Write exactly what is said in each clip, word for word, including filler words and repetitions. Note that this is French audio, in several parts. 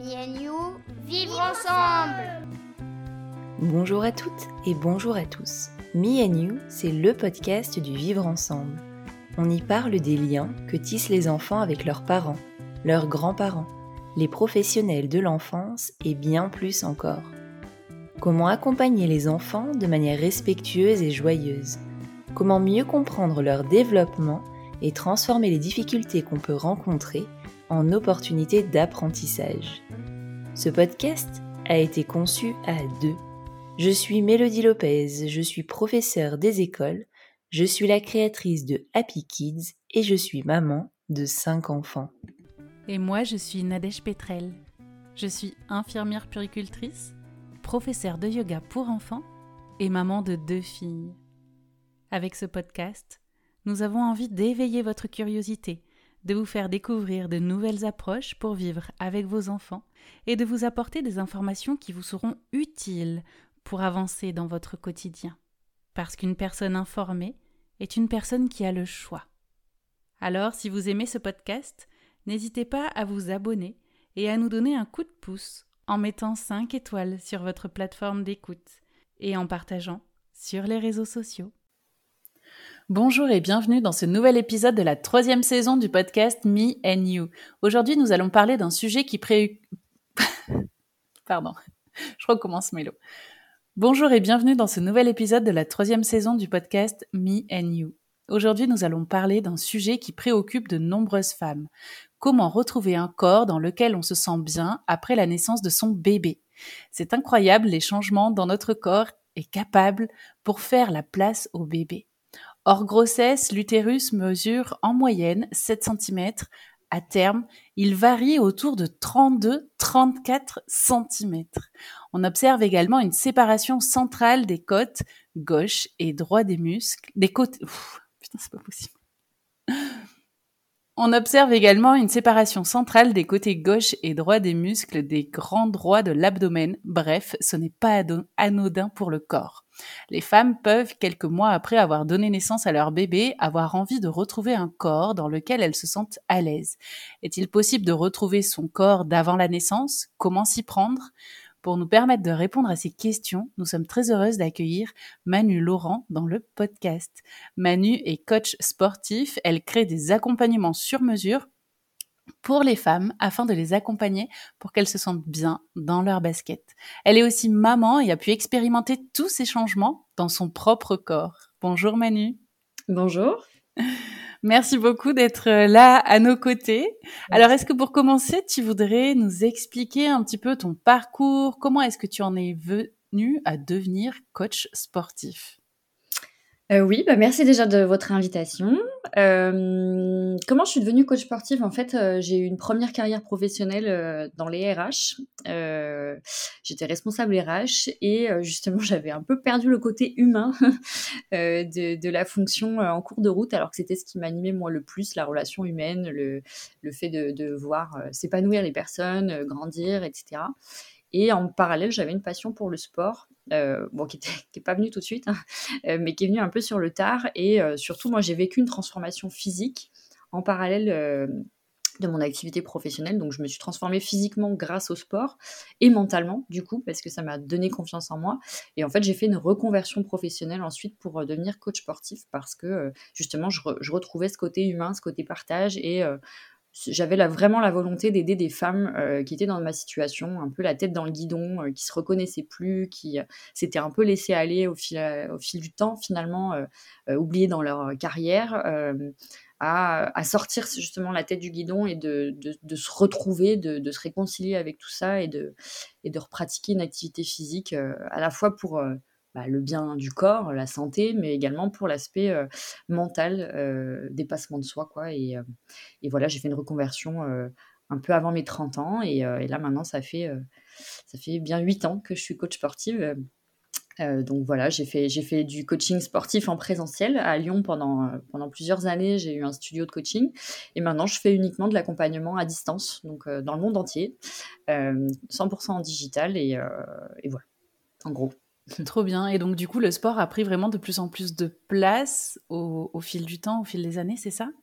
Me and you, vivre ensemble. Bonjour à toutes et bonjour à tous. Me and you, c'est le podcast du vivre ensemble. On y parle des liens que tissent les enfants avec leurs parents, leurs grands-parents, les professionnels de l'enfance et bien plus encore. Comment accompagner les enfants de manière respectueuse et joyeuse? Comment mieux comprendre leur développement et transformer les difficultés qu'on peut rencontrer en opportunités d'apprentissage? Ce podcast a été conçu à deux. Je suis Mélodie Lopez, je suis professeure des écoles, je suis la créatrice de Happy Kids et je suis maman de cinq enfants. Et moi, je suis Nadège Pétrel. Je suis infirmière puéricultrice, professeure de yoga pour enfants et maman de deux filles. Avec ce podcast, nous avons envie d'éveiller votre curiosité, de vous faire découvrir de nouvelles approches pour vivre avec vos enfants et de vous apporter des informations qui vous seront utiles pour avancer dans votre quotidien. Parce qu'une personne informée est une personne qui a le choix. Alors, si vous aimez ce podcast, n'hésitez pas à vous abonner et à nous donner un coup de pouce en mettant cinq étoiles sur votre plateforme d'écoute et en partageant sur les réseaux sociaux. Bonjour et bienvenue dans ce nouvel épisode de la troisième saison du podcast Me and You. Aujourd'hui, nous allons parler d'un sujet qui pré... Pardon, je recommence Mélo. Bonjour et bienvenue dans ce nouvel épisode de la troisième saison du podcast Me and You. Aujourd'hui, nous allons parler d'un sujet qui préoccupe de nombreuses femmes. Comment retrouver un corps dans lequel on se sent bien après la naissance de son bébé? C'est incroyable les changements dont notre corps est capable pour faire la place au bébé. Hors grossesse, l'utérus mesure en moyenne sept centimètres. À terme, il varie autour de trente-deux à trente-quatre centimètres. On observe également une séparation centrale des côtes gauche et droite des muscles, des côtes... Ouf, putain, c'est pas possible. On observe également une séparation centrale des côtés gauche et droit des muscles des grands droits de l'abdomen. Bref, ce n'est pas anodin pour le corps. Les femmes peuvent, quelques mois après avoir donné naissance à leur bébé, avoir envie de retrouver un corps dans lequel elles se sentent à l'aise. Est-il possible de retrouver son corps d'avant la naissance? Comment s'y prendre? Pour nous permettre de répondre à ces questions, nous sommes très heureuses d'accueillir Manu Laurent dans le podcast. Manu est coach sportif, elle crée des accompagnements sur mesure pour les femmes afin de les accompagner pour qu'elles se sentent bien dans leur basket. Elle est aussi maman et a pu expérimenter tous ces changements dans son propre corps. Bonjour Manu. Bonjour. Merci beaucoup d'être là à nos côtés. Alors, est-ce que pour commencer, tu voudrais nous expliquer un petit peu ton parcours? Comment est-ce que tu en es venu à devenir coach sportif? Euh, oui, bah merci déjà de votre invitation. Euh, comment je suis devenue coach sportive? En fait, euh, j'ai eu une première carrière professionnelle euh, dans les R H. Euh, j'étais responsable R H et euh, justement, j'avais un peu perdu le côté humain euh, de, de la fonction euh, en cours de route, alors que c'était ce qui m'animait moi le plus, la relation humaine, le, le fait de, de voir euh, s'épanouir les personnes, euh, grandir, et cetera. Et en parallèle, j'avais une passion pour le sport, euh, bon, qui n'est pas venue tout de suite, hein, euh, mais qui est venue un peu sur le tard. Et euh, surtout, moi, j'ai vécu une transformation physique en parallèle euh, de mon activité professionnelle. Donc, je me suis transformée physiquement grâce au sport et mentalement, du coup, parce que ça m'a donné confiance en moi. Et en fait, j'ai fait une reconversion professionnelle ensuite pour euh, devenir coach sportif parce que, euh, justement, je, re- je retrouvais ce côté humain, ce côté partage et... Euh, j'avais la, vraiment la volonté d'aider des femmes euh, qui étaient dans ma situation, un peu la tête dans le guidon, euh, qui se reconnaissaient plus, qui euh, s'étaient un peu laissées aller au fil, euh, au fil du temps, finalement, euh, euh, oubliées dans leur carrière, euh, à, à sortir justement la tête du guidon et de, de, de se retrouver, de, de se réconcilier avec tout ça et de, et de repratiquer une activité physique euh, à la fois pour... Euh, bah, le bien du corps, la santé, mais également pour l'aspect euh, mental, euh, dépassement de soi, quoi. Et, euh, et voilà, j'ai fait une reconversion euh, un peu avant mes trente ans. Et, euh, et là, maintenant, ça fait, euh, ça fait bien huit ans que je suis coach sportive. Euh, donc voilà, j'ai fait, j'ai fait du coaching sportif en présentiel à Lyon pendant, euh, pendant plusieurs années. J'ai eu un studio de coaching. Et maintenant, je fais uniquement de l'accompagnement à distance, donc euh, dans le monde entier, euh, cent pour cent en digital. Et, euh, et voilà, en gros. Trop bien. Et donc, du coup, le sport a pris vraiment de plus en plus de place au, au fil du temps, au fil des années, c'est ça?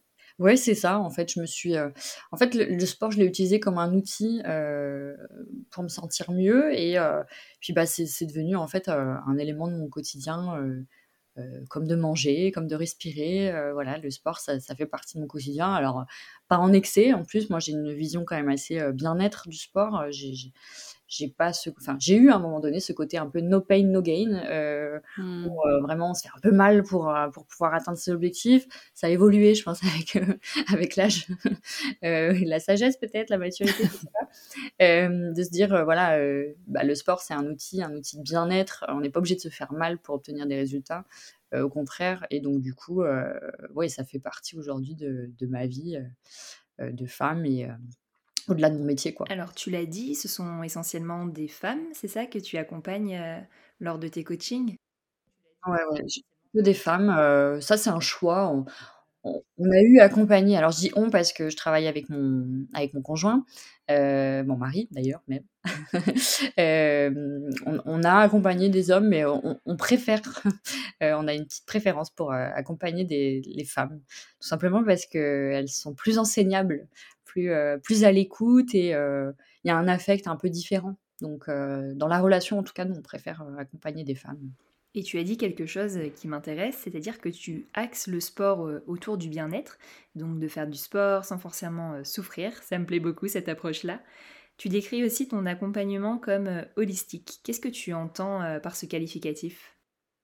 Ouais, c'est ça. En fait, je me suis, heu, en fait, le le sport, je l'ai utilisé comme un outil, heu, pour me sentir mieux et heu, puis, bah, c'est c'est devenu, en fait, heu, un élément de mon quotidien, heu heu, comme de manger, comme de respirer, heu, voilà, le sport, ça ça fait partie de mon quotidien. Alors, heu, pas en excès, en plus, moi, j'ai une vision quand même assez, heu, bien-être du sport, heu, j'ai j'ai j'ai pas ce enfin, j'ai eu à un moment donné ce côté un peu no pain, no gain, heu, où, Mmh. heu, vraiment on se fait un peu mal pour, heu, pour pouvoir atteindre ses objectifs. Ça a évolué, je pense, avec, heu, avec l'âge, heu, la sagesse peut-être, la maturité, je sais pas. Hem, de se dire, heu, voilà, heu, bah, le sport, c'est un outil un outil de bien-être. On n'est pas obligé de se faire mal pour obtenir des résultats, heu, au contraire et donc du coup, heu, ouais, ça fait partie aujourd'hui de de ma vie, heu heu, de femme et heu, au-delà de mon métier, quoi. Alors tu l'as dit, ce sont essentiellement des femmes, c'est ça que tu accompagnes, heu, lors de tes coachings? Ouais, ouais, j'ai que des femmes, heu, ça c'est un choix. On on on a eu accompagné alors je dis «on» parce que je travaille avec mon avec mon conjoint, heu, mon mari d'ailleurs même. Hem, on on a accompagné des hommes, mais on on préfère, heu, on a une petite préférence pour, heu, accompagner des les femmes. Tout simplement parce qu'elles sont plus enseignables, plus, heu, plus à l'écoute et heu, il y a un affect un peu différent. Donc heu, dans la relation en tout cas, nous on préfère, heu, accompagner des femmes. Et tu as dit quelque chose euh, qui m'intéresse, c'est-à-dire que tu axes le sport euh, autour du bien-être, donc de faire du sport sans forcément euh, souffrir. Ça me plaît beaucoup cette approche-là. Tu décris aussi ton accompagnement comme euh, holistique. Qu'est-ce que tu entends euh, par ce qualificatif?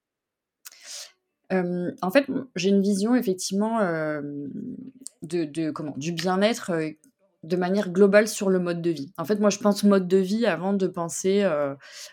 Hem, en fait, m j'ai une vision effectivement, hem, de de comment? Du bien-être, heu, de manière globale sur le mode de vie. En fait, moi, je pense mode de vie avant de penser, heu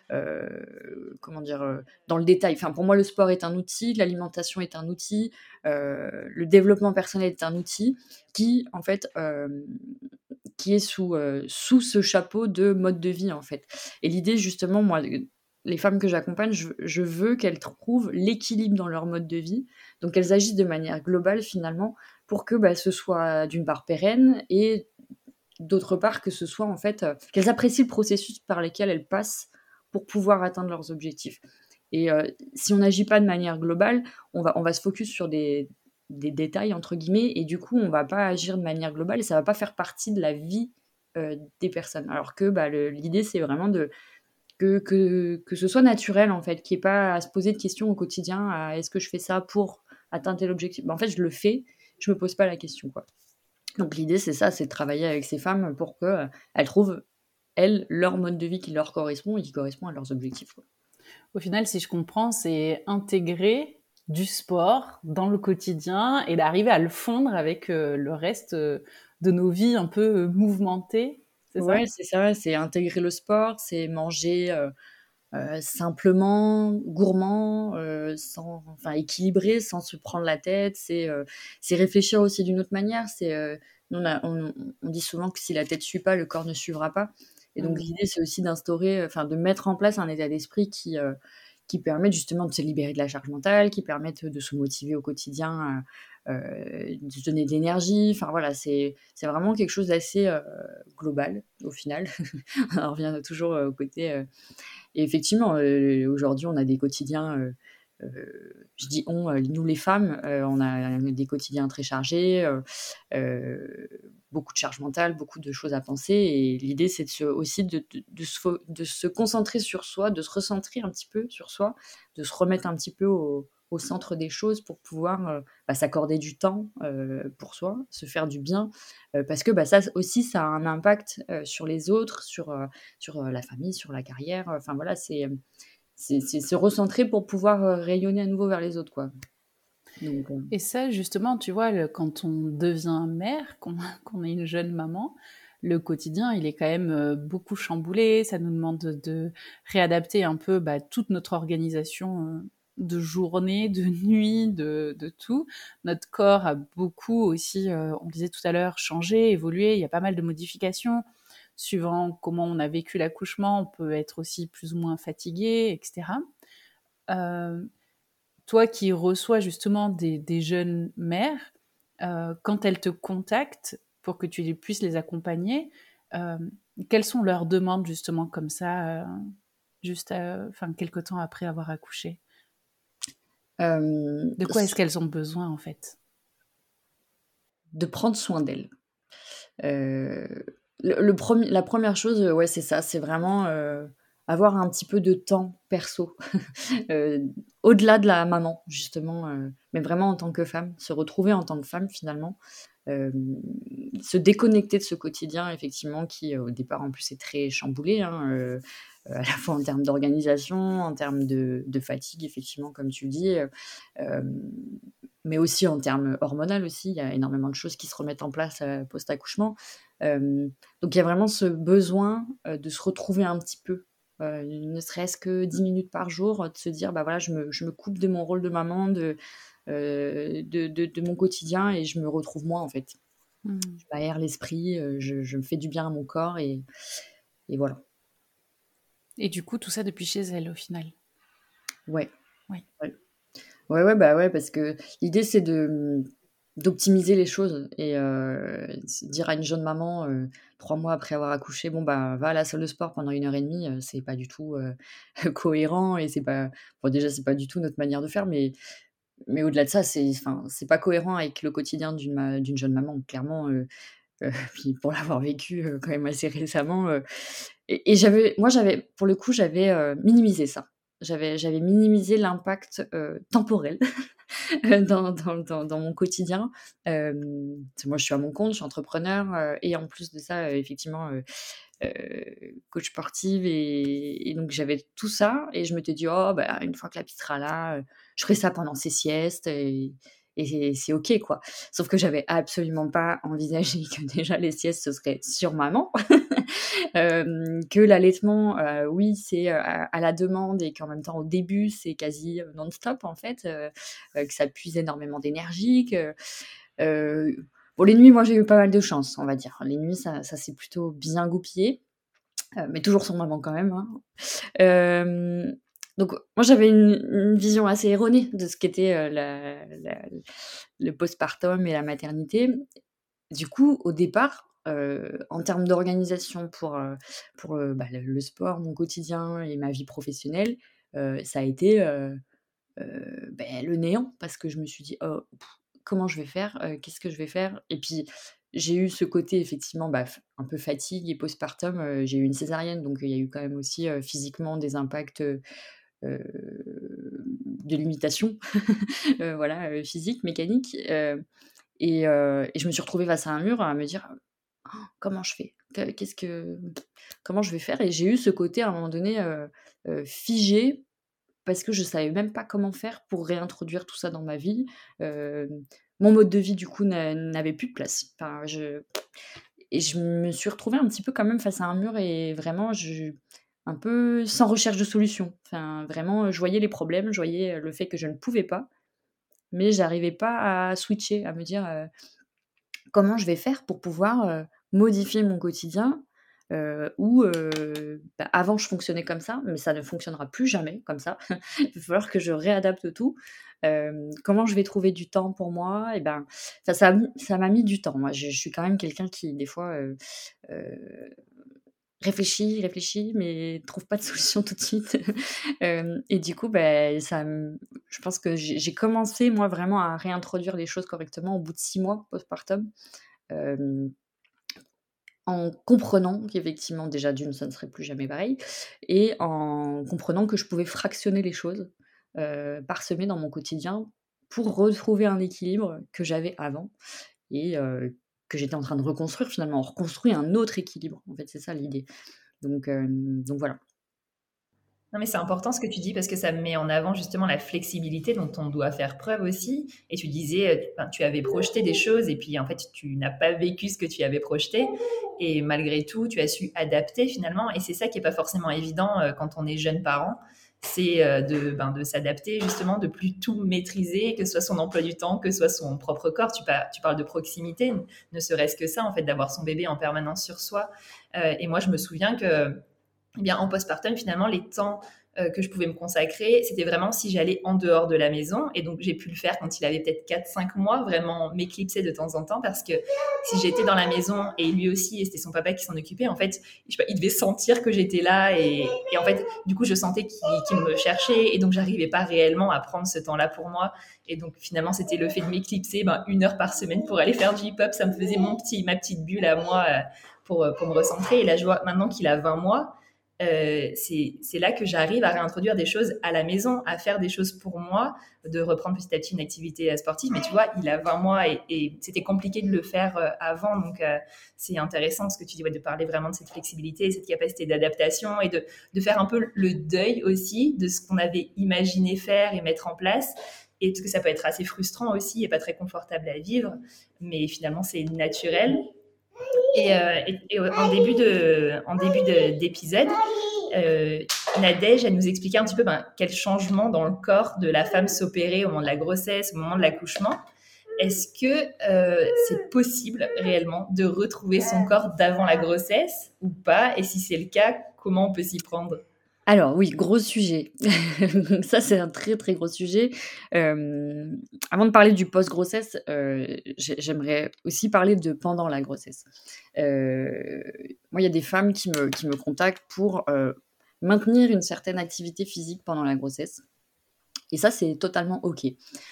heu, comment dire? Heu, dans le détail. Enfin, pour moi, le sport est un outil, l'alimentation est un outil, heu, le développement personnel est un outil qui, en fait, hem, qui est sous, heu, sous ce chapeau de mode de vie, en fait. Et l'idée justement, moi, les femmes que j'accompagne, je je veux qu'elles trouvent l'équilibre dans leur mode de vie, donc qu'elles agissent de manière globale finalement pour que, bah, ce soit d'une part pérenne et d'autre part que ce soit en fait, heu, qu'elles apprécient le processus par lequel elles passent pour pouvoir atteindre leurs objectifs. Et heu, si on n'agit pas de manière globale, on va on va se focus sur des des «détails» entre guillemets et du coup on va pas agir de manière globale et ça va pas faire partie de la vie, heu, des personnes. Alors que, bah, le l'idée c'est vraiment de que que que ce soit naturel, en fait, qu'il y ait pas à se poser de questions au quotidien à: «Est-ce que je fais ça pour atteindre tel objectif?» Bah, en fait, je le fais, je me pose pas la question, quoi. Donc l'idée, c'est ça, c'est de travailler avec ces femmes pour que, heu, elles trouvent, elles, leur mode de vie qui leur correspond et qui correspond à leurs objectifs, quoi. Au final, si je comprends, c'est intégrer du sport dans le quotidien et d'arriver à le fondre avec euh, le reste euh, de nos vies un peu euh, mouvementées, c'est ça? Ouais, c'est ça, c'est intégrer le sport, c'est manger, heu heu, simplement, gourmand, heu, sans enfin équilibré, sans se prendre la tête. C'est, heu, c'est réfléchir aussi d'une autre manière. C'est, heu, nous on a on on dit souvent que si la tête suit pas, le corps ne suivra pas et donc Mm. l'idée, c'est aussi d'instaurer, enfin de mettre en place un état d'esprit qui, heu, qui permette justement de se libérer de la charge mentale, qui permette de se motiver au quotidien, heu heu, de se donner de l'énergie. Enfin voilà, c'est c'est vraiment quelque chose d'assez, heu, global au final. On revient toujours, heu, au côté, heu et effectivement, heu, aujourd'hui, on a des quotidiens, heu heu, je dis «on», heu, nous les femmes, heu, on a des quotidiens très chargés, heu heu, beaucoup de charge mentale, beaucoup de choses à penser et l'idée, c'est de se aussi de de de se fo de se concentrer sur soi, de se recentrer un petit peu sur soi, de se remettre un petit peu au au centre des choses pour pouvoir, heu, bah, s'accorder du temps, heu, pour soi, se faire du bien, heu, parce que, bah, ça aussi, ça a un impact, heu, sur les autres, sur, heu sur, heu, la famille, sur la carrière, enfin voilà, c'est, hem, c'est c'est se recentrer pour pouvoir, heu, rayonner à nouveau vers les autres, quoi. Donc, heu, Et ça, justement, tu vois, le- quand on devient mère, qu'on qu'on est une jeune maman, le quotidien, il est quand même euh, beaucoup chamboulé. Ça nous demande de, de réadapter un peu bah, toute notre organisation euh, de journée, de nuit, de, de tout. Notre corps a beaucoup aussi, euh, on le disait tout à l'heure, changé, évolué. Il y a pas mal de modifications. Suivant comment on a vécu l'accouchement, on peut être aussi plus ou moins fatigué, et cetera. Euh, Toi qui reçois justement des, des jeunes mères, euh, quand elles te contactent pour que tu les- puisses les accompagner, euh, quelles sont leurs demandes justement comme ça, euh, juste euh, enfin, quelque temps après avoir accouché? hem, De quoi est-ce qu'elles ont besoin en fait? de prendre soin d'elle. Euh, le, le premier, la première chose, euh, ouais, c'est ça, c'est vraiment euh, avoir un petit peu de temps perso, euh, au-delà de la maman, justement, euh, mais vraiment en tant que femme, se retrouver en tant que femme finalement, euh, se déconnecter de ce quotidien, effectivement, qui euh, au départ en plus est très chamboulé, hein, euh, à la fois en termes d'organisation, en termes de, de fatigue, effectivement, comme tu dis, euh, euh, mais aussi en termes hormonaux aussi, il y a énormément de choses qui se remettent en place euh, post-accouchement. Euh, donc il y a vraiment ce besoin euh, de se retrouver un petit peu, euh, ne serait-ce que dix minutes par jour, de se dire, bah voilà, je me, je me coupe de mon rôle de maman, de, euh, de, de, de mon quotidien, et je me retrouve moi, en fait. Mmh. Je m'aère l'esprit, euh, je, je me fais du bien à mon corps, et, et voilà. Et du coup, tout ça depuis chez elle, au final. Ouais. Oui. Ouais. Ouais, ouais, bah ouais, parce que l'idée, c'est de, d'optimiser les choses et euh, c'est dire à une jeune maman, euh, trois mois après avoir accouché, bon, bah, va à la salle de sport pendant une heure et demie, euh, c'est pas du tout euh, cohérent et c'est pas. Bon, déjà, c'est pas du tout notre manière de faire, mais, mais au-delà de ça, c'est, enfin, c'est pas cohérent avec le quotidien d'une, ma- d'une jeune maman, clairement. Euh, euh, puis pour l'avoir vécu euh, quand même assez récemment. euh, et, et j'avais, moi, j'avais, pour le coup, j'avais euh, minimisé ça. J'avais, j'avais minimisé l'impact euh, temporel dans, dans, dans, dans mon quotidien. Euh, moi, je suis à mon compte, je suis entrepreneur euh, et en plus de ça, euh, effectivement, euh, euh, coach sportive et, et donc j'avais tout ça et je m'étais dit, oh, bah, une fois que la petite sera là, euh, je ferai ça pendant ses siestes et, et c'est, c'est ok quoi. Sauf que j'avais absolument pas envisagé que déjà les siestes ce serait sur maman. Euh, que l'allaitement, euh, oui, c'est euh, à, à la demande et qu'en même temps, au début, c'est quasi euh, non-stop, en fait, euh, euh, que ça puise énormément d'énergie. Que, euh, bon, les nuits, moi, j'ai eu pas mal de chance, on va dire. Les nuits, ça, ça s'est plutôt bien goupillé, euh, mais toujours sur maman quand même. Hein. Euh, donc, moi, j'avais une, une vision assez erronée de ce qu'était euh, la, la, le postpartum et la maternité. Du coup, au départ, heu, en termes d'organisation pour, heu, pour, heu, bah, le le sport, mon quotidien et ma vie professionnelle, heu, ça a été, heu heu, beh, le néant parce que je me suis dit: «Oh, pff, comment je vais faire? Heu, qu'est-ce que je vais faire?» Et puis, j'ai eu ce côté effectivement, bah, f un peu fatigue et postpartum, heu, j'ai eu une césarienne donc il y a eu quand même aussi, heu, physiquement des impacts, heu heu, de limitation, heu, voilà, heu, physiques, mécaniques, heu et heu et je me suis retrouvée face à un mur à me dire: «Oh, comment je fais? Que qu'est-ce que comment je vais faire?» Et j'ai eu ce côté à un moment donné, heu heu, figé parce que je savais même pas comment faire pour réintroduire tout ça dans ma vie. Hem, mon mode de vie du coup n'a n'avait plus de place. Enfin, je et je me suis retrouvée un petit peu quand même face à un mur et vraiment je un peu sans recherche de solution. Enfin, vraiment, je voyais les problèmes, je voyais, le fait que je ne pouvais pas, mais j'arrivais pas à switcher, à me dire, heu comment je vais faire pour pouvoir, heu, modifier mon quotidien, heu, où, heu, bah, avant je fonctionnais comme ça, mais ça ne fonctionnera plus jamais comme ça. Il va falloir que je réadapte tout. Hem, comment je vais trouver du temps pour moi? Et ben, ça ça a mis ça m'a mis du temps. Moi, je je suis quand même quelqu'un qui des fois, heu heu, réfléchit, réfléchit, mais trouve pas de solution tout de suite. Hem et du coup, beh, ça me je pense que j'ai j'ai commencé moi vraiment à réintroduire les choses correctement au bout de six mois postpartum. Hem, en comprenant qu'effectivement déjà d'une ça ne serait plus jamais pareil et en comprenant que je pouvais fractionner les choses, heu, parsemer dans mon quotidien pour retrouver un équilibre que j'avais avant et heu, que j'étais en train de reconstruire finalement. On reconstruit un autre équilibre, en fait, c'est ça l'idée. Donc hem, donc voilà. Non, mais c'est important ce que tu dis parce que ça met en avant justement la flexibilité dont on doit faire preuve aussi. Et tu disais, euh, tu, enfin, tu avais projeté des choses et puis en fait, tu n'as pas vécu ce que tu avais projeté. Et malgré tout, tu as su adapter finalement. Et c'est ça qui n'est pas forcément évident euh, quand on est jeune parent. C'est euh, de, ben, de s'adapter justement, de plus tout maîtriser, que ce soit son emploi du temps, que ce soit son propre corps. Tu, par, tu parles de proximité, ne serait-ce que ça, en fait, d'avoir son bébé en permanence sur soi. Euh, et moi, je me souviens que, eh bien, en postpartum, finalement, les temps euh, que je pouvais me consacrer, c'était vraiment si j'allais en dehors de la maison. Et donc, j'ai pu le faire quand il avait peut-être quatre cinq mois, vraiment m'éclipser de temps en temps, parce que si j'étais dans la maison, et lui aussi, et c'était son papa qui s'en occupait, en fait, je sais pas, il devait sentir que j'étais là. Et, et en fait, du coup, je sentais qu'il, qu'il me cherchait. Et donc, j'arrivais pas réellement à prendre ce temps-là pour moi. Et donc, finalement, c'était le fait de m'éclipser ben, une heure par semaine pour aller faire du hip-hop. Ça me faisait mon petit, ma petite bulle à moi euh, pour, pour me recentrer. Et là, je vois maintenant qu'il a vingt mois, euh, c'est, c'est là que j'arrive à réintroduire des choses à la maison, à faire des choses pour moi, de reprendre petit à petit une activité sportive. Mais tu vois, il a vingt mois et, et c'était compliqué de le faire euh, avant. Donc, euh, c'est intéressant ce que tu dis, ouais, de parler vraiment de cette flexibilité, cette capacité d'adaptation et de, de faire un peu le deuil aussi de ce qu'on avait imaginé faire et mettre en place. Et parce que ça peut être assez frustrant aussi et pas très confortable à vivre, mais finalement, c'est naturel. Et, euh, et, et en début, de, en début de, d'épisode, euh, Nadège, elle nous expliquait un petit peu ben, quel changement dans le corps de la femme s'opérait au moment de la grossesse, au moment de l'accouchement. Est-ce que euh, c'est possible réellement de retrouver son corps d'avant la grossesse ou pas? Et si c'est le cas, comment on peut s'y prendre? Alors oui, gros sujet. Ça, c'est un très, très gros sujet. Euh, avant de parler du post-grossesse, euh, j'aimerais aussi parler de pendant la grossesse. Euh, moi, il y a des femmes qui me, qui me contactent pour euh, maintenir une certaine activité physique pendant la grossesse. Et ça, c'est totalement OK.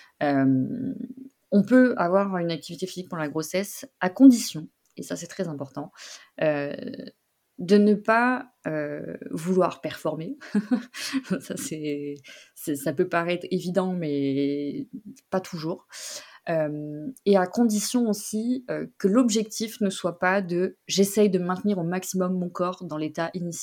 Euh, on peut avoir une activité physique pendant la grossesse à condition, et ça, c'est très important, euh, de ne pas euh, vouloir performer. ça, c'est, c'est, ça peut paraître évident, mais pas toujours. Euh, et à condition aussi euh, que l'objectif ne soit pas de « j'essaye de maintenir au maximum mon corps dans l'état initial ».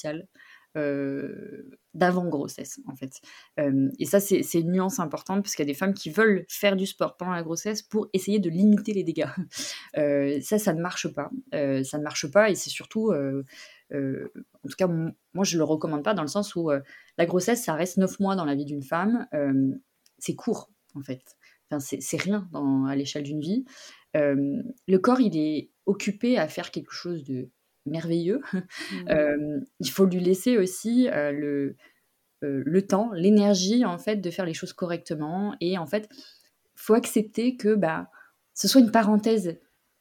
Euh, d'avant-grossesse, en fait. Euh, et ça, c'est, c'est une nuance importante, parce qu'il y a des femmes qui veulent faire du sport pendant la grossesse pour essayer de limiter les dégâts. Euh, ça, ça ne marche pas. Euh, ça ne marche pas, et c'est surtout... Euh, euh, en tout cas, m- moi, je ne le recommande pas, dans le sens où euh, la grossesse, ça reste neuf mois dans la vie d'une femme. Euh, c'est court, en fait. Enfin, c'est, c'est rien dans, à l'échelle d'une vie. Euh, le corps, il est occupé à faire quelque chose de merveilleux. Mmh. Euh, il faut lui laisser aussi euh, le, euh, le temps, l'énergie, en fait, de faire les choses correctement. Et en fait, il faut accepter que bah, ce soit une parenthèse,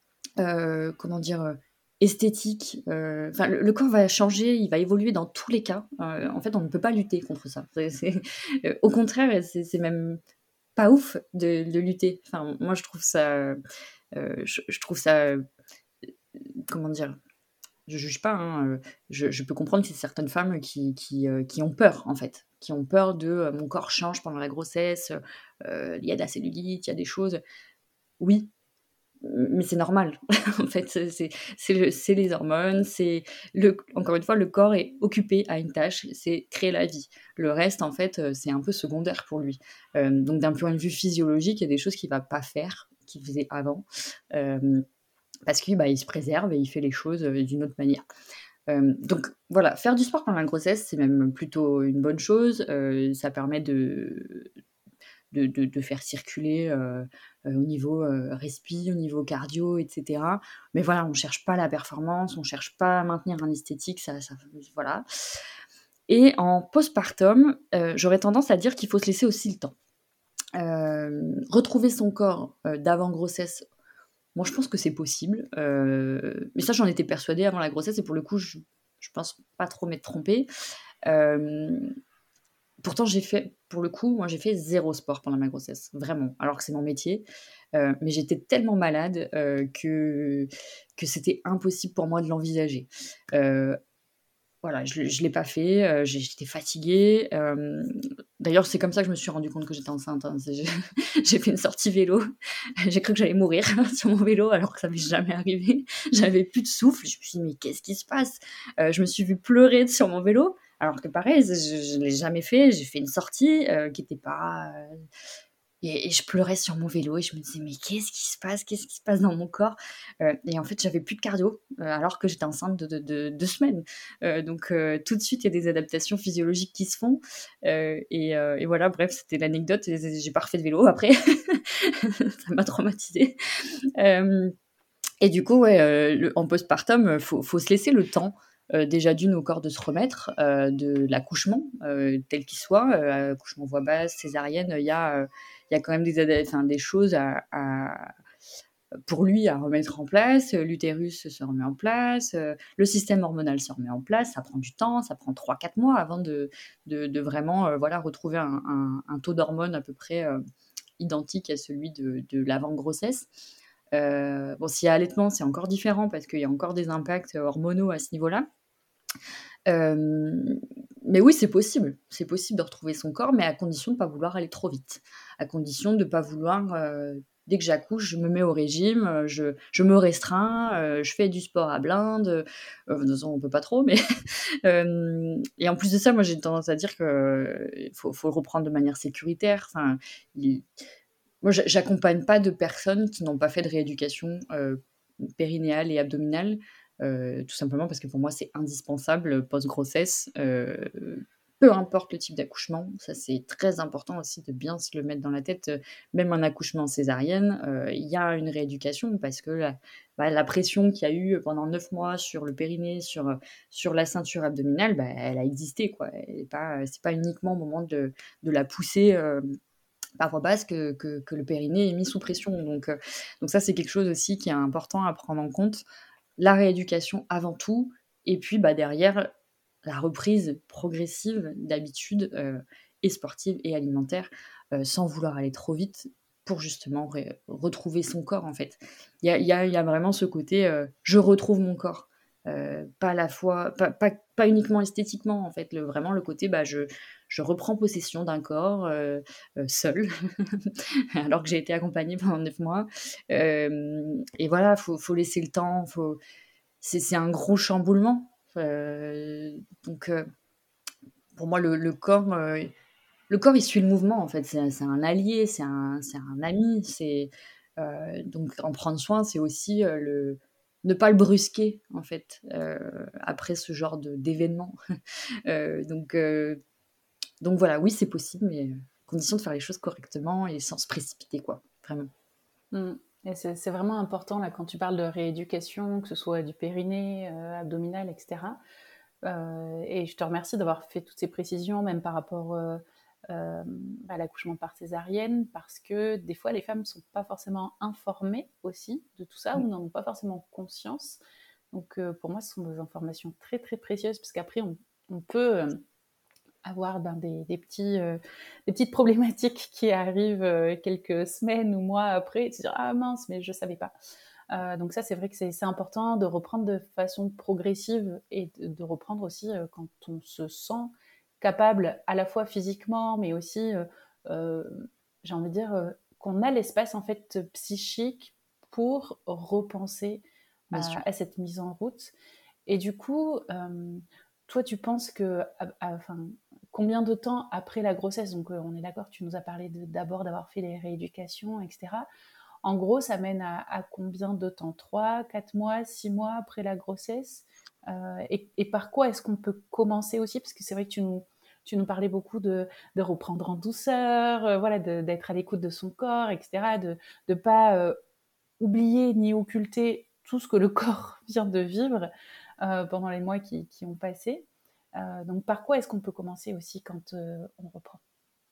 euh, comment dire, euh, esthétique. Euh, le, le corps va changer, il va évoluer dans tous les cas. Euh, en fait, on ne peut pas lutter contre ça. C'est, c'est, euh, au contraire, c'est, c'est même pas ouf de, de lutter. Enfin, moi, je trouve ça... Euh, je, je trouve ça... Euh, comment dire Je juge pas, hein. je, je peux comprendre qu'il y a certaines femmes qui, qui, euh, qui ont peur, en fait, qui ont peur de euh, mon corps change pendant la grossesse, euh, il y a de la cellulite, il y a des choses. Oui, mais c'est normal. En fait, c'est, c'est, c'est, le, c'est les hormones, c'est le, encore une fois, le corps est occupé à une tâche, c'est créer la vie. Le reste, en fait, c'est un peu secondaire pour lui. Euh, donc, d'un point de vue physiologique, il y a des choses qu'il ne va pas faire, qu'il faisait avant. Euh, parce qu'il bah, il se préserve et il fait les choses euh, d'une autre manière. Euh, donc voilà, faire du sport pendant la grossesse, c'est même plutôt une bonne chose. Euh, ça permet de, de, de, de faire circuler euh, euh, au niveau euh, respi, au niveau cardio, et cetera. Mais voilà, on ne cherche pas la performance, on ne cherche pas à maintenir un esthétique, ça, ça, voilà. Et en postpartum, euh, j'aurais tendance à dire qu'il faut se laisser aussi le temps. Euh, retrouver son corps euh, d'avant-grossesse, moi, je pense que c'est possible. Euh, mais ça, j'en étais persuadée avant la grossesse. Et pour le coup, je ne pense pas trop m'être trompée. Euh, pourtant, j'ai fait, pour le coup, moi, j'ai fait zéro sport pendant ma grossesse. Vraiment. Alors que c'est mon métier. Euh, mais j'étais tellement malade euh, que, que c'était impossible pour moi de l'envisager. Euh, Voilà, je ne l'ai pas fait, euh, j'étais fatiguée. Euh, d'ailleurs, c'est comme ça que je me suis rendu compte que j'étais enceinte. Hein. J'ai, j'ai fait une sortie vélo, j'ai cru que j'allais mourir sur mon vélo, alors que ça ne m'est jamais arrivé. J'avais plus de souffle, je me suis dit, mais qu'est-ce qui se passe? euh, Je me suis vue pleurer sur mon vélo, alors que pareil, je ne l'ai jamais fait. J'ai fait une sortie euh, qui n'était pas... Euh, Et, et je pleurais sur mon vélo et je me disais, mais qu'est-ce qui se passe? Qu'est-ce qui se passe dans mon corps? euh, Et en fait, j'avais plus de cardio euh, alors que j'étais enceinte de, de, de deux semaines. Euh, donc, euh, tout de suite, il y a des adaptations physiologiques qui se font. Euh, et, euh, et voilà, bref, c'était l'anecdote. Et j'ai pas refait de vélo après. Ça m'a traumatisée. Euh, et du coup, ouais, euh, le, en postpartum, il faut, faut se laisser le temps euh, déjà d'une au corps de se remettre euh, de l'accouchement, euh, tel qu'il soit, euh, accouchement voix basse, césarienne, il y a, euh, il y a quand même des, ad- enfin, des choses à, à- pour lui à remettre en place. L'utérus se remet en place, euh, le système hormonal se remet en place, ça prend du temps, ça prend trois quatre mois avant de, de, de vraiment euh, voilà, retrouver un, un- un taux d'hormones à peu près euh, identique à celui de, de l'avant-grossesse. Euh, bon, s'il y a allaitement, c'est encore différent parce qu'il y a encore des impacts hormonaux à ce niveau-là. Euh, mais oui, c'est possible. C'est possible de retrouver son corps, mais à condition de ne pas vouloir aller trop vite. À condition de ne pas vouloir, euh, dès que j'accouche, je me mets au régime, euh, je, je me restreins, euh, je fais du sport à blinde. Euh, de toute façon, on ne peut pas trop, mais... euh, et en plus de ça, moi, j'ai tendance à dire qu'il faut, faut le reprendre de manière sécuritaire. Enfin, il- moi, j'a- j'accompagne pas de personnes qui n'ont pas fait de rééducation euh, périnéale et abdominale, euh, tout simplement parce que pour moi, c'est indispensable post-grossesse, euh, peu importe le type d'accouchement. Ça, c'est très important aussi de bien se le mettre dans la tête. euh, Même un accouchement césarienne, euh, il y a une rééducation parce que la, bah, la pression qu'il y a eu pendant neuf mois sur le périnée, sur, sur la ceinture abdominale, bah, elle a existé, quoi. Elle est pas, c'est pas uniquement au moment de, de la pousser. Euh, par voie basse que, que, que le périnée est mis sous pression. Donc, euh, donc ça, c'est quelque chose aussi qui est important à prendre en compte. La rééducation avant tout, et puis bah, derrière, la reprise progressive d'habitudes euh, et sportives et alimentaires, euh, sans vouloir aller trop vite, pour justement ré- retrouver son corps, en fait. Il y a, il y a, il y a vraiment ce côté euh, je retrouve mon corps. Euh, pas à la fois, pas, pas, pas uniquement esthétiquement, en fait, le, vraiment le côté bah, je, je reprends possession d'un corps euh, euh, seul, alors que j'ai été accompagnée pendant neuf mois. Euh, et voilà, il faut, faut laisser le temps, faut... c'est, c'est un gros chamboulement. Euh, donc, euh, pour moi, le, le corps, euh, le corps, il suit le mouvement, en fait. C'est, c'est un allié, c'est un, c'est un ami. C'est, euh, donc, en prendre soin, c'est aussi euh, le, ne pas le brusquer, en fait, euh, après ce genre de, d'événement. Euh, donc, euh, donc, voilà, oui, c'est possible, mais à condition de faire les choses correctement et sans se précipiter, quoi. Vraiment. Mm. Et c'est, c'est vraiment important là quand tu parles de rééducation, que ce soit du périnée, euh, abdominal, et cetera. Euh, et je te remercie d'avoir fait toutes ces précisions, même par rapport euh, euh, à l'accouchement par césarienne, parce que des fois les femmes ne sont pas forcément informées aussi de tout ça, ou n'en ont pas forcément conscience. Donc euh, pour moi, ce sont des informations très très précieuses, parce qu'après on, on peut euh, avoir ben, des, des, petits, euh, des petites problématiques qui arrivent euh, quelques semaines ou mois après, et se dire ah mince, mais je savais pas. Euh, donc ça, c'est vrai que c'est, c'est important de reprendre de façon progressive et de, de reprendre aussi euh, quand on se sent capable, à la fois physiquement, mais aussi, euh, euh, j'ai envie de dire, euh, qu'on a l'espace en fait psychique pour repenser Bien à, sûr. à cette mise en route. Et du coup, euh, toi, tu penses que, à, à, enfin, combien de temps après la grossesse, donc euh, on est d'accord, tu nous as parlé de, d'abord d'avoir fait les rééducations, et cetera. En gros, ça mène à, à combien de temps? Trois, quatre mois, six mois après la grossesse? Euh, et, et par quoi est-ce qu'on peut commencer aussi? Parce que c'est vrai que tu nous, tu nous parlais beaucoup de, de reprendre en douceur, euh, voilà, de, d'être à l'écoute de son corps, et cetera. De ne pas euh, oublier ni occulter tout ce que le corps vient de vivre euh, pendant les mois qui, qui ont passé. Euh, donc par quoi est-ce qu'on peut commencer aussi quand euh, on reprend?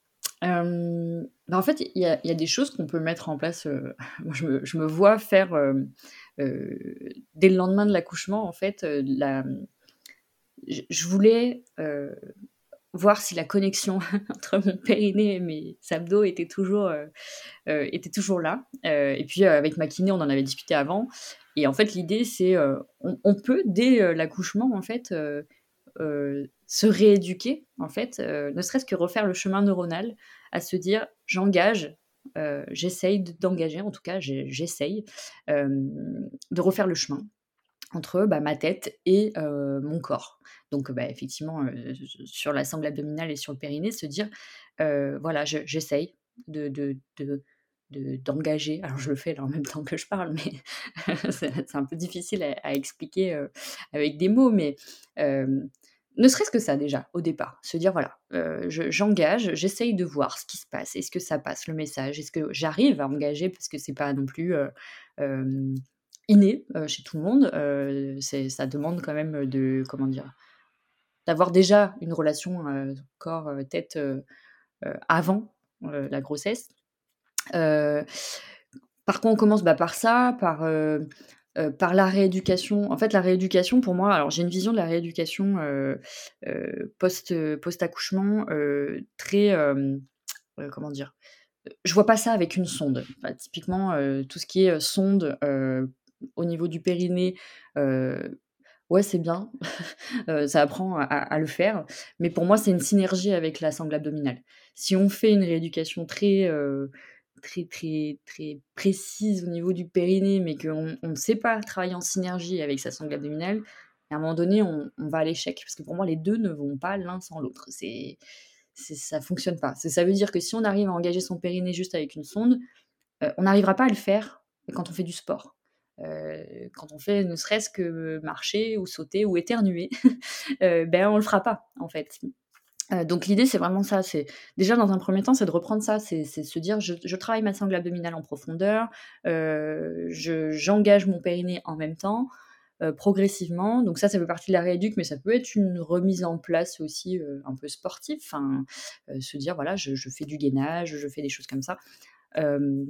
Euh, bah, en fait, il y a, il y a des choses qu'on peut mettre en place. euh, moi, je me, je me vois faire, euh, euh, dès le lendemain de l'accouchement, en fait, euh, la, je, je voulais euh, voir si la connexion entre mon périnée et mes abdos était toujours, euh, euh, était toujours là. Euh, et puis, euh, avec ma kiné, on en avait discuté avant. Et en fait, l'idée, c'est, euh, on, on peut, dès euh, l'accouchement, en fait, euh, euh, se rééduquer, en fait, euh, ne serait-ce que refaire le chemin neuronal, à se dire j'engage, euh, j'essaye d'engager, en tout cas j'ai- j'essaye euh, de refaire le chemin entre bah, ma tête et euh, mon corps. Donc bah, effectivement, euh, sur la sangle abdominale et sur le périnée, se dire euh, voilà, je- j'essaye de, de, de- de- d'engager. Alors je le fais là en même temps que je parle, mais c'est c'est un peu difficile à, à expliquer euh, avec des mots, mais euh, ne serait-ce que ça déjà au départ, se dire voilà, euh, je- j'engage, j'essaye de voir ce qui se passe, est-ce que ça passe le message, est-ce que j'arrive à engager parce que c'est pas non plus euh, euh, inné euh, chez tout le monde. Euh, c'est, ça demande quand même de, comment dire, d'avoir déjà une relation euh, corps-tête euh, euh, avant euh, la grossesse. Euh, par quoi on commence bah, Par ça, par, euh, euh, par la rééducation. En fait, la rééducation, pour moi, alors j'ai une vision de la rééducation euh, euh, post, post-accouchement euh, très... euh, euh, comment dire Je vois pas ça avec une sonde. Enfin, typiquement, euh, tout ce qui est euh, sonde euh, au niveau du périnée, euh, ouais, c'est bien. Euh, ça apprend à, à le faire. Mais pour moi, c'est une synergie avec la sangle abdominale. Si on fait une rééducation très, euh, très, très, très précise au niveau du périnée, mais qu'on on ne sait pas travailler en synergie avec sa sangle abdominale, à un moment donné, on, on va à l'échec. Parce que pour moi, les deux ne vont pas l'un sans l'autre. C'est, c'est, ça fonctionne pas. C'est, ça veut dire que si on arrive à engager son périnée juste avec une sonde, euh, on n'arrivera pas à le faire quand on fait du sport. Euh, quand on fait ne serait-ce que marcher ou sauter ou éternuer, euh, ben on le fera pas en fait. Euh, donc l'idée c'est vraiment ça, c'est déjà dans un premier temps c'est de reprendre ça, c'est, c'est se dire je, je travaille ma sangle abdominale en profondeur, euh, je, j'engage mon périnée en même temps, euh, progressivement. Donc ça ça fait partie de la rééduque, mais ça peut être une remise en place aussi euh, un peu sportive, enfin euh, se dire voilà je, je fais du gainage, je fais des choses comme ça. Euh,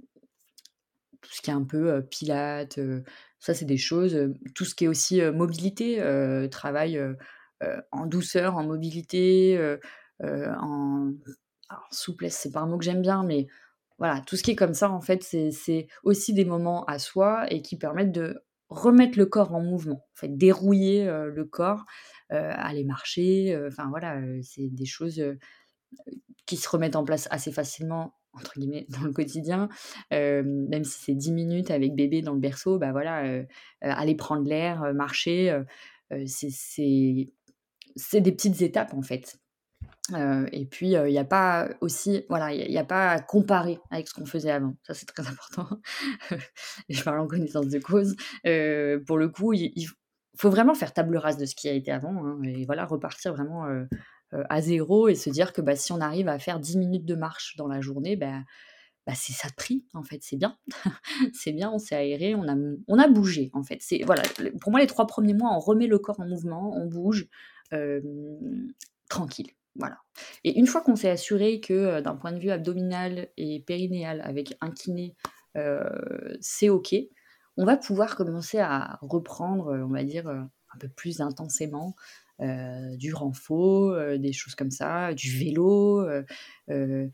tout ce qui est un peu euh, pilates, euh, ça c'est des choses, euh, tout ce qui est aussi euh, mobilité, euh, travail euh, euh, en douceur, en mobilité, euh, euh, en alors, souplesse, c'est pas un mot que j'aime bien, mais voilà, tout ce qui est comme ça, en fait, c'est, c'est aussi des moments à soi et qui permettent de remettre le corps en mouvement, en fait, dérouiller euh, le corps, euh, aller marcher, euh, enfin voilà, euh, c'est des choses euh, qui se remettent en place assez facilement, entre guillemets, dans le quotidien, euh, même si c'est dix minutes avec bébé dans le berceau, bah voilà, euh, euh, aller prendre l'air, euh, marcher, euh, euh, c'est, c'est, c'est des petites étapes en fait. Euh, et puis, il euh, n'y a pas aussi, voilà, il n'y a, a pas à comparer avec ce qu'on faisait avant. Ça, c'est très important. Et je parle en connaissance de cause. Euh, pour le coup, il, il faut vraiment faire table rase de ce qui a été avant. Hein, et voilà, repartir vraiment euh, euh, à zéro et se dire que bah, si on arrive à faire dix minutes de marche dans la journée, bah, bah, c'est ça de prix, en fait. C'est bien. C'est bien, on s'est aéré, on a, on a bougé, en fait. C'est, voilà, pour moi, les trois premiers mois, on remet le corps en mouvement, on bouge euh, tranquille. Voilà. Et une fois qu'on s'est assuré que euh, d'un point de vue abdominal et périnéal, avec un kiné, euh, c'est OK, on va pouvoir commencer à reprendre, euh, on va dire, euh, un peu plus intensément euh, du renfo, euh, des choses comme ça, du vélo. Euh, euh,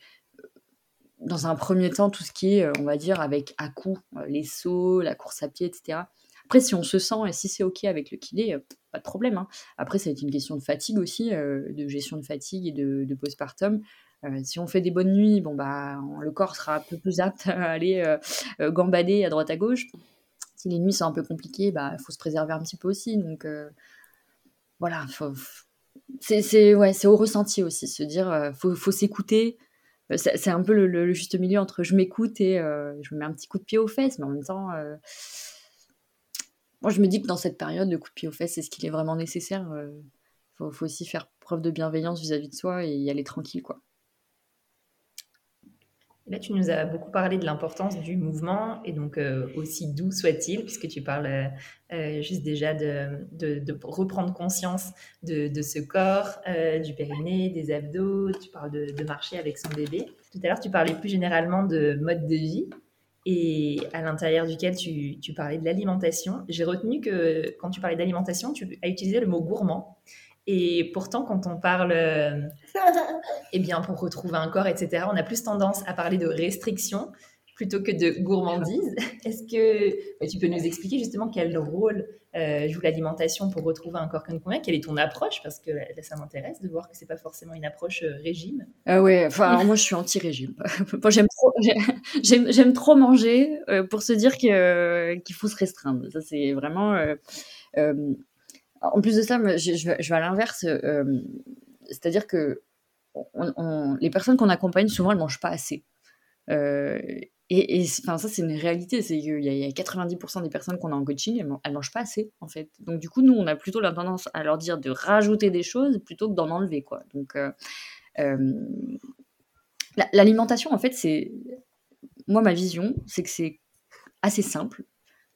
dans un premier temps, tout ce qui est, euh, on va dire, avec à-coups, euh, les sauts, la course à pied, et cetera. Après, si on se sent et si c'est OK avec le kiné, euh, pas de problème. Hein. Après, ça va être une question de fatigue aussi, euh, de gestion de fatigue et de, de postpartum. Euh, si on fait des bonnes nuits, bon bah, on- le corps sera un peu plus apte à aller euh, euh, gambader à droite à gauche. Si les nuits sont un peu compliquées, bah, il faut se préserver un petit peu aussi. Donc euh, voilà, faut- faut- c'est, c'est, ouais, c'est au ressenti aussi, se dire, euh, faut, faut s'écouter. Euh, C'est, c'est un peu le, le- le juste milieu entre je m'écoute et euh, je me mets un petit coup de pied aux fesses, mais en même temps, euh, moi je me dis que dans cette période, le coup de pied aux fesses, c'est ce qu'il est vraiment nécessaire. Il faut, faut aussi faire preuve de bienveillance vis-à-vis de soi et y aller tranquille, quoi. Là, tu nous as beaucoup parlé de l'importance du mouvement et donc euh, aussi doux soit-il, puisque tu parles euh, euh, juste déjà de, de, de reprendre conscience de, de ce corps, euh, du périnée, des abdos, tu parles de, de marcher avec son bébé. Tout à l'heure, tu parlais plus généralement de mode de vie et à l'intérieur duquel tu, tu parlais de l'alimentation. J'ai retenu que quand tu parlais d'alimentation, tu as utilisé le mot gourmand. Et pourtant, quand on parle, euh, eh bien, pour retrouver un corps, et cetera, on a plus tendance à parler de restriction plutôt que de gourmandise. Est-ce que bah, tu peux nous expliquer justement quel rôle euh, joue l'alimentation pour retrouver un corps qui nous convient? Quelle est ton approche? Parce que là, ça m'intéresse de voir que c'est pas forcément une approche euh, régime. Ah ouais, enfin, alors moi je suis anti-régime. Moi, j'aime trop, j'aime, j'aime trop manger euh, pour se dire que, euh, qu'il faut se restreindre. Ça, c'est vraiment. euh, euh, en plus de ça, moi, je, je vais, je vais à l'inverse. euh, c'est-à-dire que on- on- les personnes qu'on accompagne, souvent, elles mangent pas assez. Euh, et et c'est- enfin, ça, c'est une réalité. C'est qu'il y a, il y a quatre-vingt-dix pour cent des personnes qu'on a en coaching, elles, man- elles mangent pas assez, en fait. Donc, du coup, nous, on a plutôt la tendance à leur dire de rajouter des choses plutôt que d'en enlever, quoi. Donc, euh, euh, la- l'alimentation, en fait, c'est. Moi, ma vision, c'est que c'est assez simple.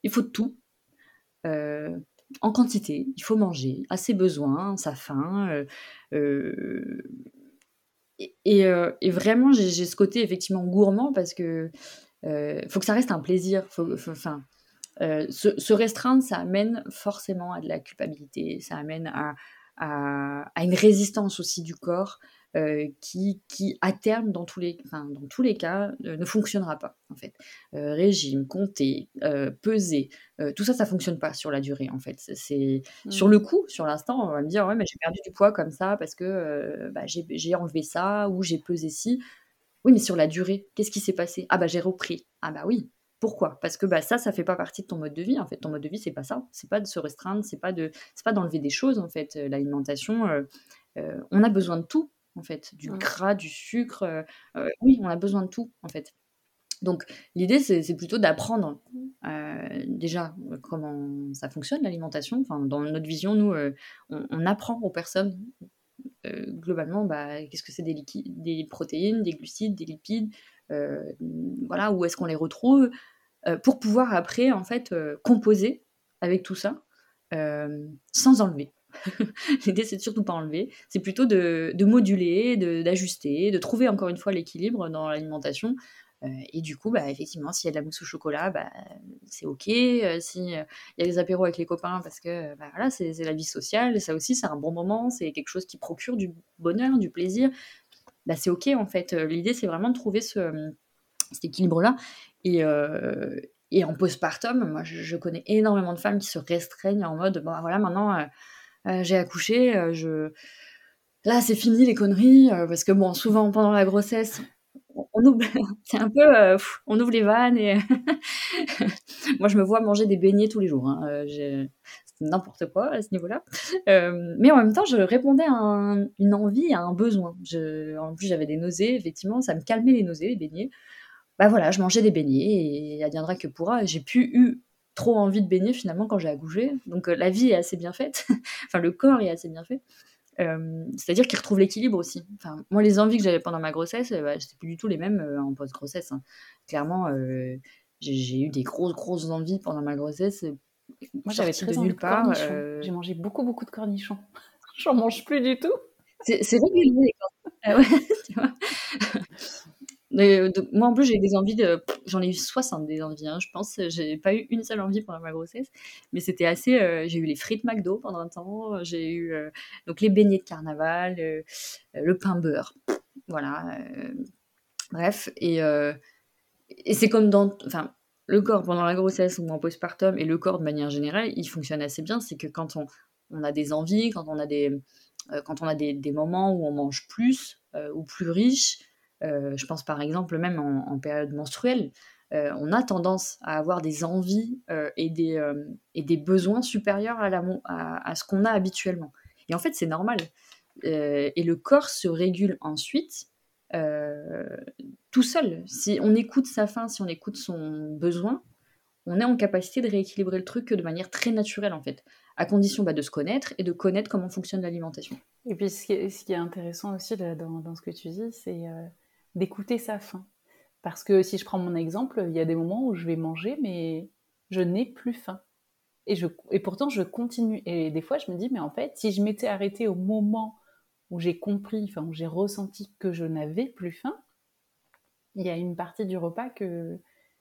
il faut de tout, heu, en quantité. Il faut manger à ses besoins, sa faim, heu heu et et heu et vraiment j'ai j'ai ce côté effectivement gourmand parce que, heu, faut que ça reste un plaisir. Faut faut enfin, heu, se se restreindre, ça amène forcément à de la culpabilité, ça amène à à à une résistance aussi du corps, heu, qui qui à terme dans tous les enfin dans tous les cas, heu, ne fonctionnera pas en fait. Heu, régime, compter, heu, peser, heu, tout ça, ça fonctionne pas sur la durée en fait. C'est c'est sur Mmh. le coup, sur l'instant, on va me dire: «Ouais mais j'ai perdu du poids comme ça parce que, heu, bah, j'ai j'ai enlevé ça ou j'ai pesé ci». Oui, mais sur la durée, qu'est-ce qui s'est passé? Ah bah, j'ai repris. Ah bah oui. Pourquoi? Parce que, bah, ça, ça fait pas partie de ton mode de vie, en fait. Ton mode de vie, c'est pas ça. C'est pas de se restreindre, c'est pas de c'est pas d'enlever des choses, en fait. Heu, l'alimentation, heu heu, on a besoin de tout, en fait. Du Mmh. gras, du sucre, heu heu, oui, on a besoin de tout, en fait. Donc l'idée, c'est c'est plutôt d'apprendre, heu, déjà, heu, comment ça fonctionne l'alimentation. Enfin, dans notre vision, nous, heu, on on apprend aux personnes heu, globalement, bah, qu'est-ce que c'est des liquides des protéines, des glucides, des lipides, heu, voilà, où est-ce qu'on les retrouve? Heu, pour pouvoir après, en fait, heu, composer avec tout ça, hem, sans enlever. L'idée, c'est de surtout pas enlever, c'est plutôt de de moduler, de d'ajuster, de trouver encore une fois l'équilibre dans l'alimentation, heu et du coup, bah, effectivement, s'il y a de la mousse au chocolat, bah, c'est OK, heu, si, heu, il y a des apéros avec les copains parce que, bah, voilà, c'est c'est la vie sociale et ça aussi, c'est un bon moment, c'est quelque chose qui procure du bonheur, du plaisir, bah, c'est OK, en fait, heu, l'idée, c'est vraiment de trouver ce, mmh, cet équilibre-là et heu et en postpartum, moi, je je connais énormément de femmes qui se restreignent en mode: «Bah, voilà, maintenant, heu heu, j'ai accouché, heu, je là, c'est fini les conneries», heu, parce que bon, souvent pendant la grossesse, on on ouvre c'est un peu, heu, on ouvre les vannes et moi, je me vois manger des beignets tous les jours, hein, heu, je c'est n'importe quoi à ce niveau-là. Hem, mais en même temps, je répondais à un une envie, à un besoin. Je en plus, j'avais des nausées, effectivement, ça me calmait les nausées, les beignets. Bah, voilà, je mangeais des beignets et adviendra que pourra. J'ai plus eu trop envie de beignets finalement quand j'ai accouché, donc heu, la vie est assez bien faite, enfin le corps est assez bien fait. Hem, c'est-à-dire qu'il retrouve l'équilibre aussi. Enfin, moi, les envies que j'avais pendant ma grossesse, heu, bah, c'était plus du tout les mêmes, heu, en post-grossesse, hein. Clairement, heu, j'ai j'ai eu des grosses, grosses envies pendant ma grossesse, heu, Moi, j'avais sorties de très envie nulle de part, cornichons. heu, J'ai mangé beaucoup, beaucoup de cornichons. J'en mange plus du tout. c'est c'est régulier quand ah ouais, tu vois? Mais, heu, donc moi, en plus, j'ai eu des envies de pff, j'en ai eu soixante des envies, hein, je pense. J'ai pas eu une seule envie pendant ma grossesse, mais c'était assez, heu, j'ai eu les frites McDo pendant un temps, j'ai eu, heu, donc les beignets de carnaval, heu, le pain beurre, voilà, heu, bref et heu et c'est comme dans enfin, le corps pendant la grossesse ou en postpartum et le corps de manière générale, il fonctionne assez bien. C'est que quand on on a des envies, quand on a des, heu, quand on a des des moments où on mange plus, heu, ou plus riche, heu, je pense par exemple même en en période menstruelle, heu, on a tendance à avoir des envies, heu et des, hem et des besoins supérieurs à la mon à à ce qu'on a habituellement et en fait, c'est normal, heu et le corps se régule ensuite, heu tout seul. Si on écoute sa faim, si on écoute son besoin, on est en capacité de rééquilibrer le truc de manière très naturelle, en fait, à condition, bah, de se connaître et de connaître comment fonctionne l'alimentation. Et puis, ce qui est, ce qui est intéressant aussi là, dans, dans ce que tu dis, c'est euh, d'écouter sa faim. Parce que si je prends mon exemple, il y a des moments où je vais manger, mais je n'ai plus faim. Et, je, et pourtant, je continue. Et des fois, je me dis, mais en fait, si je m'étais arrêtée au moment où j'ai compris, enfin, où j'ai ressenti que je n'avais plus faim, il y a une partie du repas que,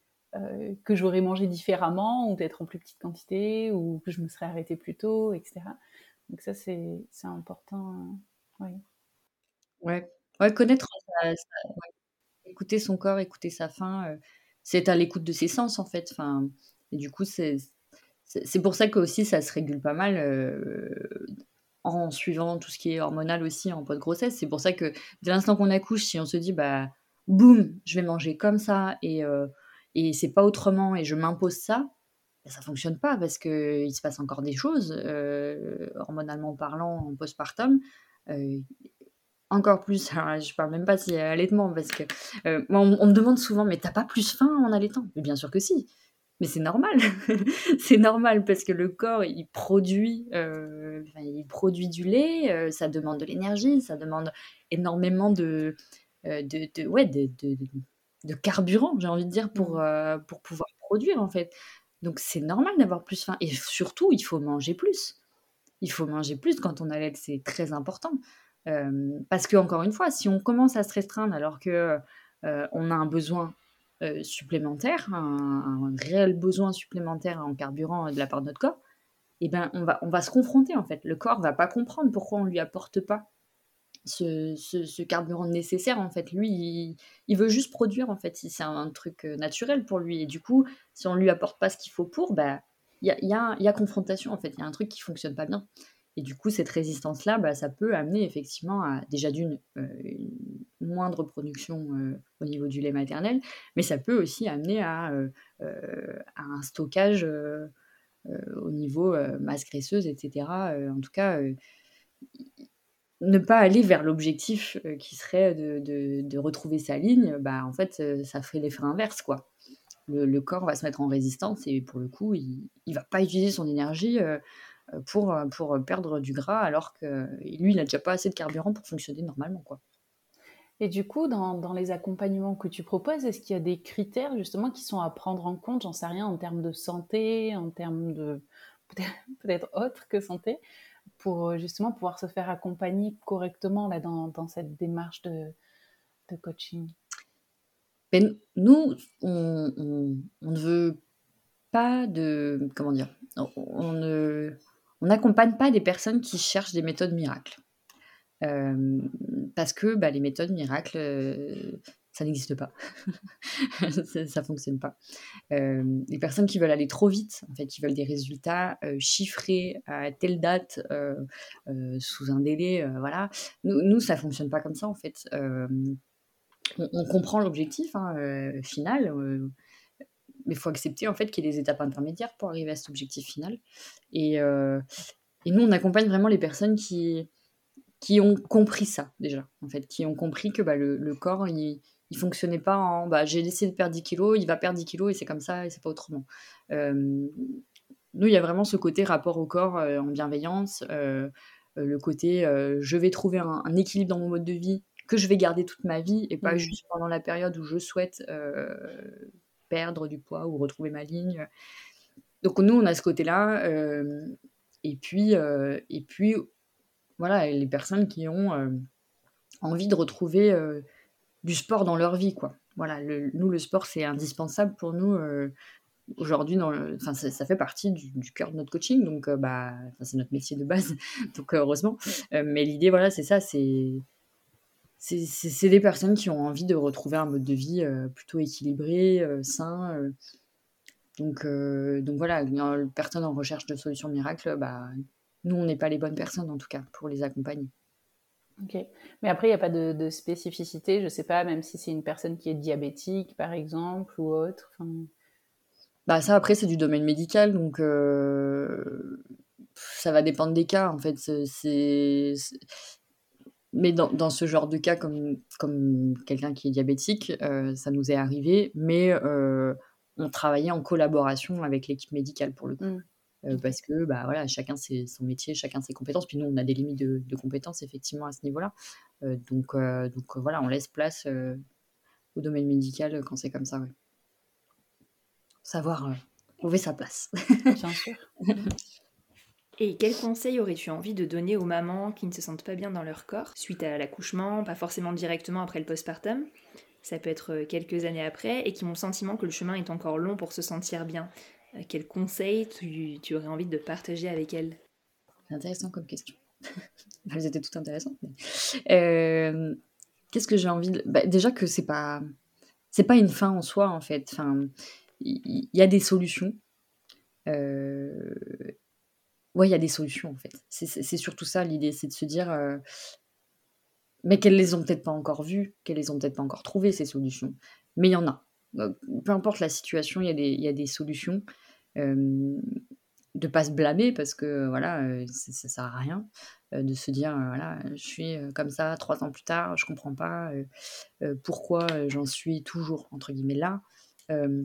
euh, que j'aurais mangé différemment, ou peut-être en plus petite quantité, ou que je me serais arrêtée plus tôt, et cetera. Donc ça, c'est, c'est important. euh, ouais. Ouais, ouais, connaître sa sa écouter son corps, écouter sa faim, heu, c'est être à l'écoute de ses sens, en fait, enfin et du coup, c'est c'est c'est pour ça qu'aussi ça se régule pas mal, heu, en suivant tout ce qui est hormonal aussi en post-grossesse. C'est pour ça que dès l'instant qu'on accouche, si on se dit: «Bah, boum, je vais manger comme ça et heu et c'est pas autrement et je m'impose ça», bah, ça fonctionne pas parce qu'il se passe encore des choses, heu, hormonalement parlant en postpartum, heu, encore plus alors je parle même pas s'il y a allaitement parce que, heu, moi on on me demande souvent: «Mais tu as pas plus faim en allaitant?» mais bien sûr que si, mais c'est normal. C'est normal parce que le corps il produit, heu, enfin il produit du lait, heu, ça demande de l'énergie, ça demande énormément de, heu, de de ouais de de de carburant, j'ai envie de dire pour, Mm. heu, pour pouvoir produire en fait. Donc c'est normal d'avoir plus faim et surtout, il faut manger plus. Il faut manger plus quand on allait, c'est très important. Euh, parce que encore une fois, si on commence à se restreindre alors que euh, on a un besoin euh, supplémentaire, un, un réel besoin supplémentaire en carburant de la part de notre corps, eh ben on va on va se confronter en fait. Le corps va pas comprendre pourquoi on lui apporte pas ce, ce, ce carburant nécessaire en fait. Lui, il, il veut juste produire en fait. C'est un, un truc euh, naturel pour lui. Et du coup, si on lui apporte pas ce qu'il faut pour, bah il y a, y, a, y a confrontation en fait. Il y a un truc qui fonctionne pas bien. Et du coup, cette résistance-là, bah, ça peut amener effectivement à déjà d'une euh, une moindre production euh, au niveau du lait maternel, mais ça peut aussi amener à, euh, euh, à un stockage euh, euh, au niveau euh, masse graisseuse, et cetera. Euh, en tout cas, euh, ne pas aller vers l'objectif euh, qui serait de, de, de retrouver sa ligne, bah, en fait, euh, ça ferait l'effet inverse, quoi. Le, le corps va se mettre en résistance et pour le coup, il ne va pas utiliser son énergie euh, pour, pour perdre du gras alors que lui, il n'a déjà pas assez de carburant pour fonctionner normalement, quoi. Et du coup, dans, dans les accompagnements que tu proposes, est-ce qu'il y a des critères justement qui sont à prendre en compte, j'en sais rien, en termes de santé, en termes de peut-être, peut-être autre que santé, pour justement pouvoir se faire accompagner correctement là, dans, dans cette démarche de, de coaching? Mais nous, on, on, on ne veut pas de... Comment dire on, on ne, on n'accompagne pas des personnes qui cherchent des méthodes miracles. Euh, parce que bah, les méthodes miracles, euh, ça n'existe pas. Ça ne fonctionne pas. Euh, les personnes qui veulent aller trop vite, en fait, qui veulent des résultats euh, chiffrés à telle date, euh, euh, sous un délai, euh, voilà. Nous, nous, ça ne fonctionne pas comme ça, en fait. Euh, on, on comprend l'objectif hein, euh, final, euh, mais il faut accepter, en fait, qu'il y ait des étapes intermédiaires pour arriver à cet objectif final. Et, euh, et nous, on accompagne vraiment les personnes qui qui ont compris ça déjà, en fait, qui ont compris que bah, le, le corps, il ne fonctionnait pas en bah, j'ai essayé de perdre dix kilos, il va perdre dix kilos et c'est comme ça et c'est pas autrement. Euh, nous, il y a vraiment ce côté rapport au corps euh, en bienveillance, euh, euh, le côté euh, je vais trouver un, un équilibre dans mon mode de vie que je vais garder toute ma vie et pas Mmh. juste pendant la période où je souhaite euh, perdre du poids ou retrouver ma ligne. Donc nous, on a ce côté-là. Euh, et puis, euh, et puis voilà, les personnes qui ont euh, envie de retrouver euh, du sport dans leur vie, quoi. Voilà, le, nous, le sport, c'est indispensable pour nous euh, aujourd'hui. Dans le, ça, ça fait partie du, du cœur de notre coaching, donc euh, bah, c'est notre métier de base, donc euh, heureusement. Euh, mais l'idée, voilà, c'est ça, c'est, c'est, c'est, c'est des personnes qui ont envie de retrouver un mode de vie euh, plutôt équilibré, euh, sain. Euh, donc, euh, donc voilà, une personne en recherche de solutions miracles, bah, nous, on n'est pas les bonnes personnes, en tout cas, pour les accompagner. Ok. Mais après, il n'y a pas de, de spécificité, je ne sais pas, même si c'est une personne qui est diabétique, par exemple, ou autre. Enfin... Bah ça, après, c'est du domaine médical, donc euh, ça va dépendre des cas, en fait. C'est, c'est... Mais dans, dans ce genre de cas, comme, comme quelqu'un qui est diabétique, euh, ça nous est arrivé, mais euh, on travaillait en collaboration avec l'équipe médicale, pour le coup. Mm. Euh, parce que bah, voilà, chacun ses, son métier, chacun ses compétences. Puis nous, on a des limites de, de compétences, effectivement, à ce niveau-là. Euh, donc, euh, donc voilà, on laisse place euh, au domaine médical quand c'est comme ça, ouais. Savoir euh, trouver sa place. Bien sûr. Et quels conseils aurais-tu envie de donner aux mamans qui ne se sentent pas bien dans leur corps suite à l'accouchement, pas forcément directement après le postpartum, ça peut être quelques années après, et qui ont le sentiment que le chemin est encore long pour se sentir bien? Quels conseils tu, tu aurais envie de partager avec elles? C'est intéressant comme question. Elles étaient toutes intéressantes. Mais... Euh, qu'est-ce que j'ai envie de... bah, déjà que c'est pas... c'est pas une fin en soi, en fait. Enfin, il y, y a des solutions. Euh... Ouais, il y a des solutions, en fait. C'est, c'est, c'est surtout ça, l'idée. C'est de se dire... Euh... mais qu'elles les ont peut-être pas encore vues, qu'elles les ont peut-être pas encore trouvées, ces solutions. Mais il y en a. Donc, peu importe la situation, il y a des, y a des solutions. Euh... de pas se blâmer parce que voilà euh, ça, ça sert à rien euh, de se dire euh, voilà je suis euh, comme ça trois ans plus tard, je comprends pas euh, euh, pourquoi euh, j'en suis toujours entre guillemets là. Euh,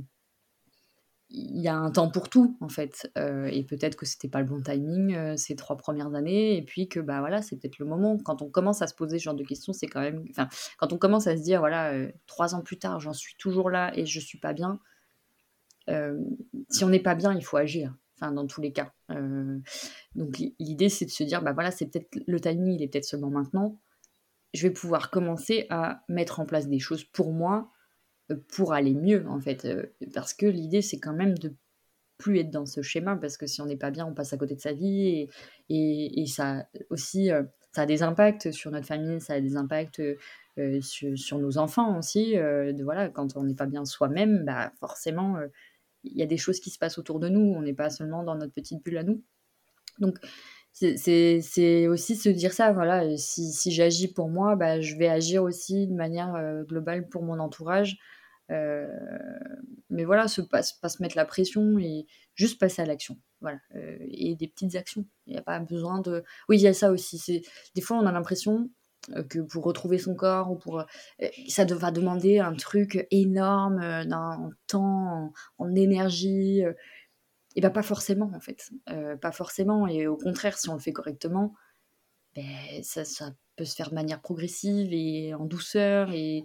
il y a un temps pour tout en fait euh, et peut-être que c'était pas le bon timing euh, ces trois premières années et puis que bah voilà c'est peut-être le moment quand on commence à se poser ce genre de questions. C'est quand même enfin quand on commence à se dire voilà euh, trois ans plus tard j'en suis toujours là et je suis pas bien. euh, si on n'est pas bien, il faut agir. Enfin, dans tous les cas. Euh, donc l'idée, c'est de se dire, bah voilà, c'est peut-être le timing, il est peut-être seulement maintenant. Je vais pouvoir commencer à mettre en place des choses pour moi, euh, pour aller mieux, en fait. Euh, parce que l'idée, c'est quand même de plus être dans ce schéma, parce que si on n'est pas bien, on passe à côté de sa vie, et, et, et ça aussi, euh, ça a des impacts sur notre famille, ça a des impacts euh, sur, sur nos enfants aussi. Euh, de, voilà, quand on n'est pas bien soi-même, bah forcément, euh, il y a des choses qui se passent autour de nous, on n'est pas seulement dans notre petite bulle à nous. Donc, c'est, c'est, c'est aussi se dire ça, voilà, si, si j'agis pour moi, bah, je vais agir aussi de manière euh, globale pour mon entourage. Euh, mais voilà, se, pas, pas se mettre la pression et juste passer à l'action. Voilà, euh, et des petites actions. Il n'y a pas besoin de... Oui, il y a ça aussi. C'est... Des fois, on a l'impression euh, que pour retrouver son corps, ou pour, euh, ça de- va demander un truc énorme, euh, en temps, en, en énergie. euh, et bien, pas forcément, en fait. Euh, pas forcément. Et au contraire, si on le fait correctement, ben, ça, ça peut se faire de manière progressive et en douceur. Et,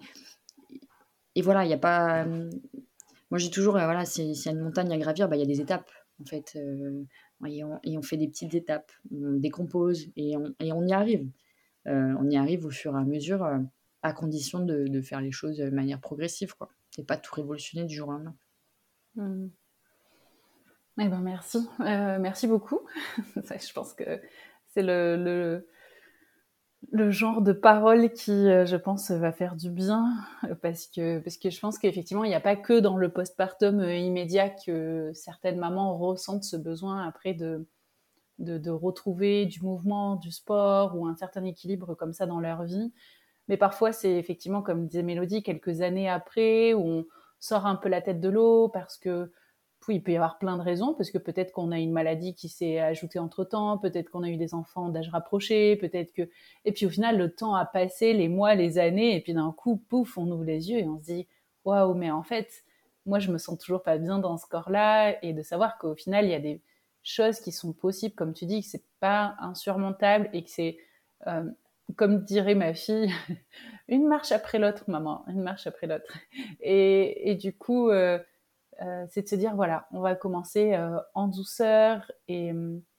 et voilà, il n'y a pas... hum, Moi, j'ai toujours, euh, voilà, si- s'il y a une montagne à gravir, bah, il y a des étapes, en fait. euh, et, on, et on fait des petites étapes. On décompose et on, et on y arrive. Euh, on y arrive au fur et à mesure, euh, à condition de, de faire les choses de manière progressive, quoi. Et pas tout révolutionner du jour au lendemain. Mmh. Eh ben merci, Euh, merci beaucoup. Ça, je pense que c'est le, le, le genre de parole qui, euh, je pense, va faire du bien, euh, parce que, parce que je pense qu'effectivement, il n'y a pas que dans le postpartum euh, immédiat que certaines mamans ressentent ce besoin après de, de, de retrouver du mouvement, du sport ou un certain équilibre comme ça dans leur vie. Mais parfois, c'est effectivement, comme disait Mélodie, quelques années après, où on sort un peu la tête de l'eau parce que oui, il peut y avoir plein de raisons, parce que peut-être qu'on a une maladie qui s'est ajoutée entre-temps, peut-être qu'on a eu des enfants d'âge rapproché, peut-être que... Et puis au final, le temps a passé, les mois, les années, et puis d'un coup, pouf, on ouvre les yeux et on se dit « Waouh, mais en fait, moi, je me sens toujours pas bien dans ce corps-là », et de savoir qu'au final, il y a des choses qui sont possibles, comme tu dis, que c'est pas insurmontable et que c'est... Euh, comme dirait ma fille, une marche après l'autre, maman, une marche après l'autre. Et, et du coup, euh, euh, c'est de se dire, voilà, on va commencer euh, en douceur et,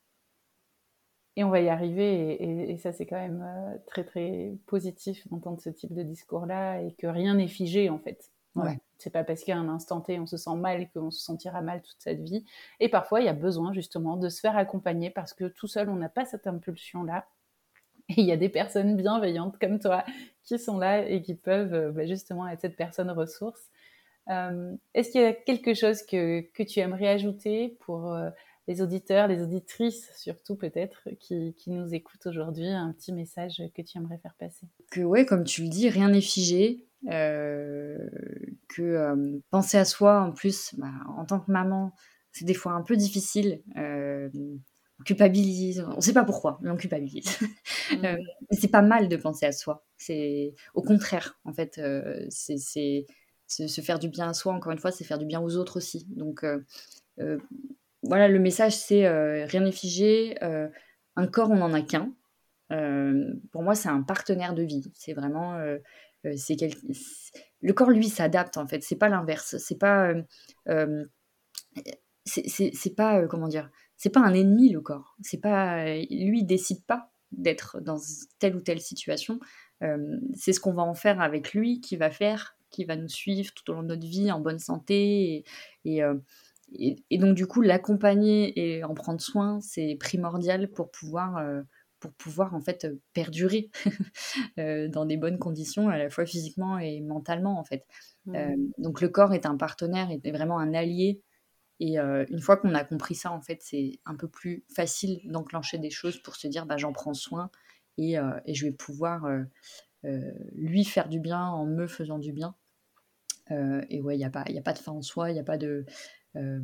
et on va y arriver. Et, et, et ça, c'est quand même euh, très, très positif d'entendre ce type de discours-là et que rien n'est figé, en fait. Voilà. Ouais. C'est pas parce qu'à un instant T, on se sent mal qu'on se sentira mal toute cette vie. Et parfois, il y a besoin, justement, de se faire accompagner parce que tout seul, on n'a pas cette impulsion-là. Et il y a des personnes bienveillantes comme toi qui sont là et qui peuvent euh, bah, justement être cette personne ressource. Euh, est-ce qu'il y a quelque chose que, que tu aimerais ajouter pour euh, les auditeurs, les auditrices surtout peut-être, qui, qui nous écoutent aujourd'hui, un petit message que tu aimerais faire passer? Que ouais, comme tu le dis, rien n'est figé. Euh, que euh, penser à soi, en plus, bah, en tant que maman, c'est des fois un peu difficile. Euh, on culpabilise, on ne sait pas pourquoi, mais on culpabilise. Mmh. Euh, mais c'est pas mal de penser à soi. C'est au contraire, en fait, euh, c'est, c'est se, se faire du bien à soi. Encore une fois, c'est faire du bien aux autres aussi. Donc euh, euh, voilà, le message, c'est euh, rien n'est figé. Euh, un corps, on n'en a qu'un. Euh, pour moi, c'est un partenaire de vie. C'est vraiment, euh, euh, c'est quel... c'est- le corps, lui, s'adapte en fait. C'est pas l'inverse. C'est pas, euh, euh, c'est, c'est, c'est pas, euh, comment dire, c'est pas un ennemi le corps. C'est pas, euh, lui, il décide pas d'être dans telle ou telle situation. Euh, c'est ce qu'on va en faire avec lui qui va faire, qui va nous suivre tout au long de notre vie en bonne santé. Et, et, euh, et- et donc du coup, l'accompagner et en prendre soin, c'est primordial pour pouvoir, euh, pour pouvoir en fait euh, perdurer euh, dans des bonnes conditions, à la fois physiquement et mentalement en fait. Euh, Mmh. donc le corps est un partenaire, est vraiment un allié. Et euh, une fois qu'on a compris ça, en fait, c'est un peu plus facile d'enclencher des choses pour se dire, bah, j'en prends soin et, euh, et je vais pouvoir euh, euh, lui faire du bien en me faisant du bien. Euh, et ouais, il n'y a, pas- y a pas de fin en soi, il n'y a pas de... euh,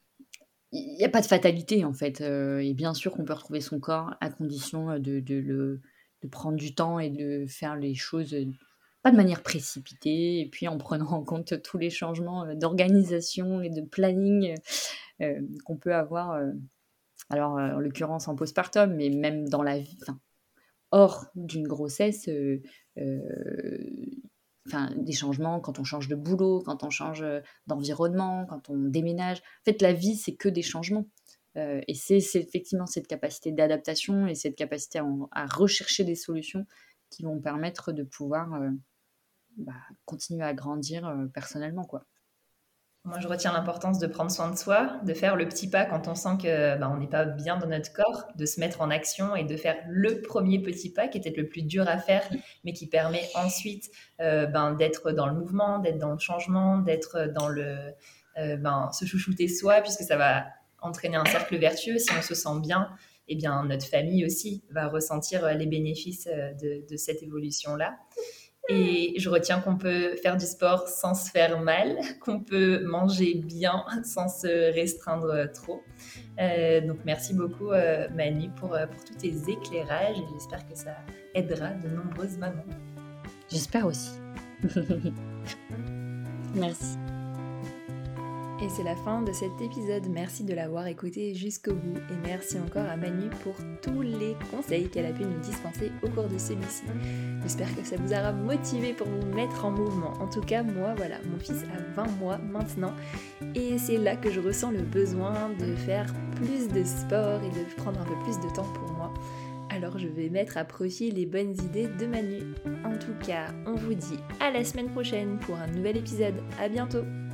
il n'y a pas de fatalité en fait. Euh, et bien sûr qu'on peut retrouver son corps à condition euh, de, de le, de prendre du temps et de faire les choses euh, pas de manière précipitée, et puis en prenant en compte tous les changements euh, d'organisation et de planning euh, qu'on peut avoir. euh, alors, euh, en l'occurrence en postpartum, mais même dans la vie, enfin, hors d'une grossesse, euh, euh, enfin, des changements quand on change de boulot, quand on change d'environnement, quand on déménage. En fait, la vie, c'est que des changements. Euh, et c'est, c'est effectivement cette capacité d'adaptation et cette capacité à, en, à rechercher des solutions qui vont permettre de pouvoir euh, bah, continuer à grandir euh, personnellement, quoi. Moi, je retiens l'importance de prendre soin de soi, de faire le petit pas quand on sent que bah, on n'est pas bien dans notre corps, de se mettre en action et de faire le premier petit pas qui est peut-être le plus dur à faire, mais qui permet ensuite euh, ben, d'être dans le mouvement, d'être dans le changement, d'être dans le euh, ben, se chouchouter soi, puisque ça va entraîner un cercle vertueux. Si on se sent bien, eh bien notre famille aussi va ressentir les bénéfices de, de cette évolution-là. Et je retiens qu'on peut faire du sport sans se faire mal, qu'on peut manger bien sans se restreindre trop. Euh, donc merci beaucoup euh, Manu pour, pour tous tes éclairages et j'espère que ça aidera de nombreuses mamans. J'espère aussi. Merci. Et c'est la fin de cet épisode. Merci de l'avoir écouté jusqu'au bout et merci encore à Manu pour tous les conseils qu'elle a pu nous dispenser au cours de celui-ci. J'espère que ça vous aura motivé pour vous mettre en mouvement. En tout cas, moi, voilà, mon fils a vingt mois maintenant et c'est là que je ressens le besoin de faire plus de sport et de prendre un peu plus de temps pour moi. Alors je vais mettre à profit les bonnes idées de Manu. En tout cas, on vous dit à la semaine prochaine pour un nouvel épisode. À bientôt!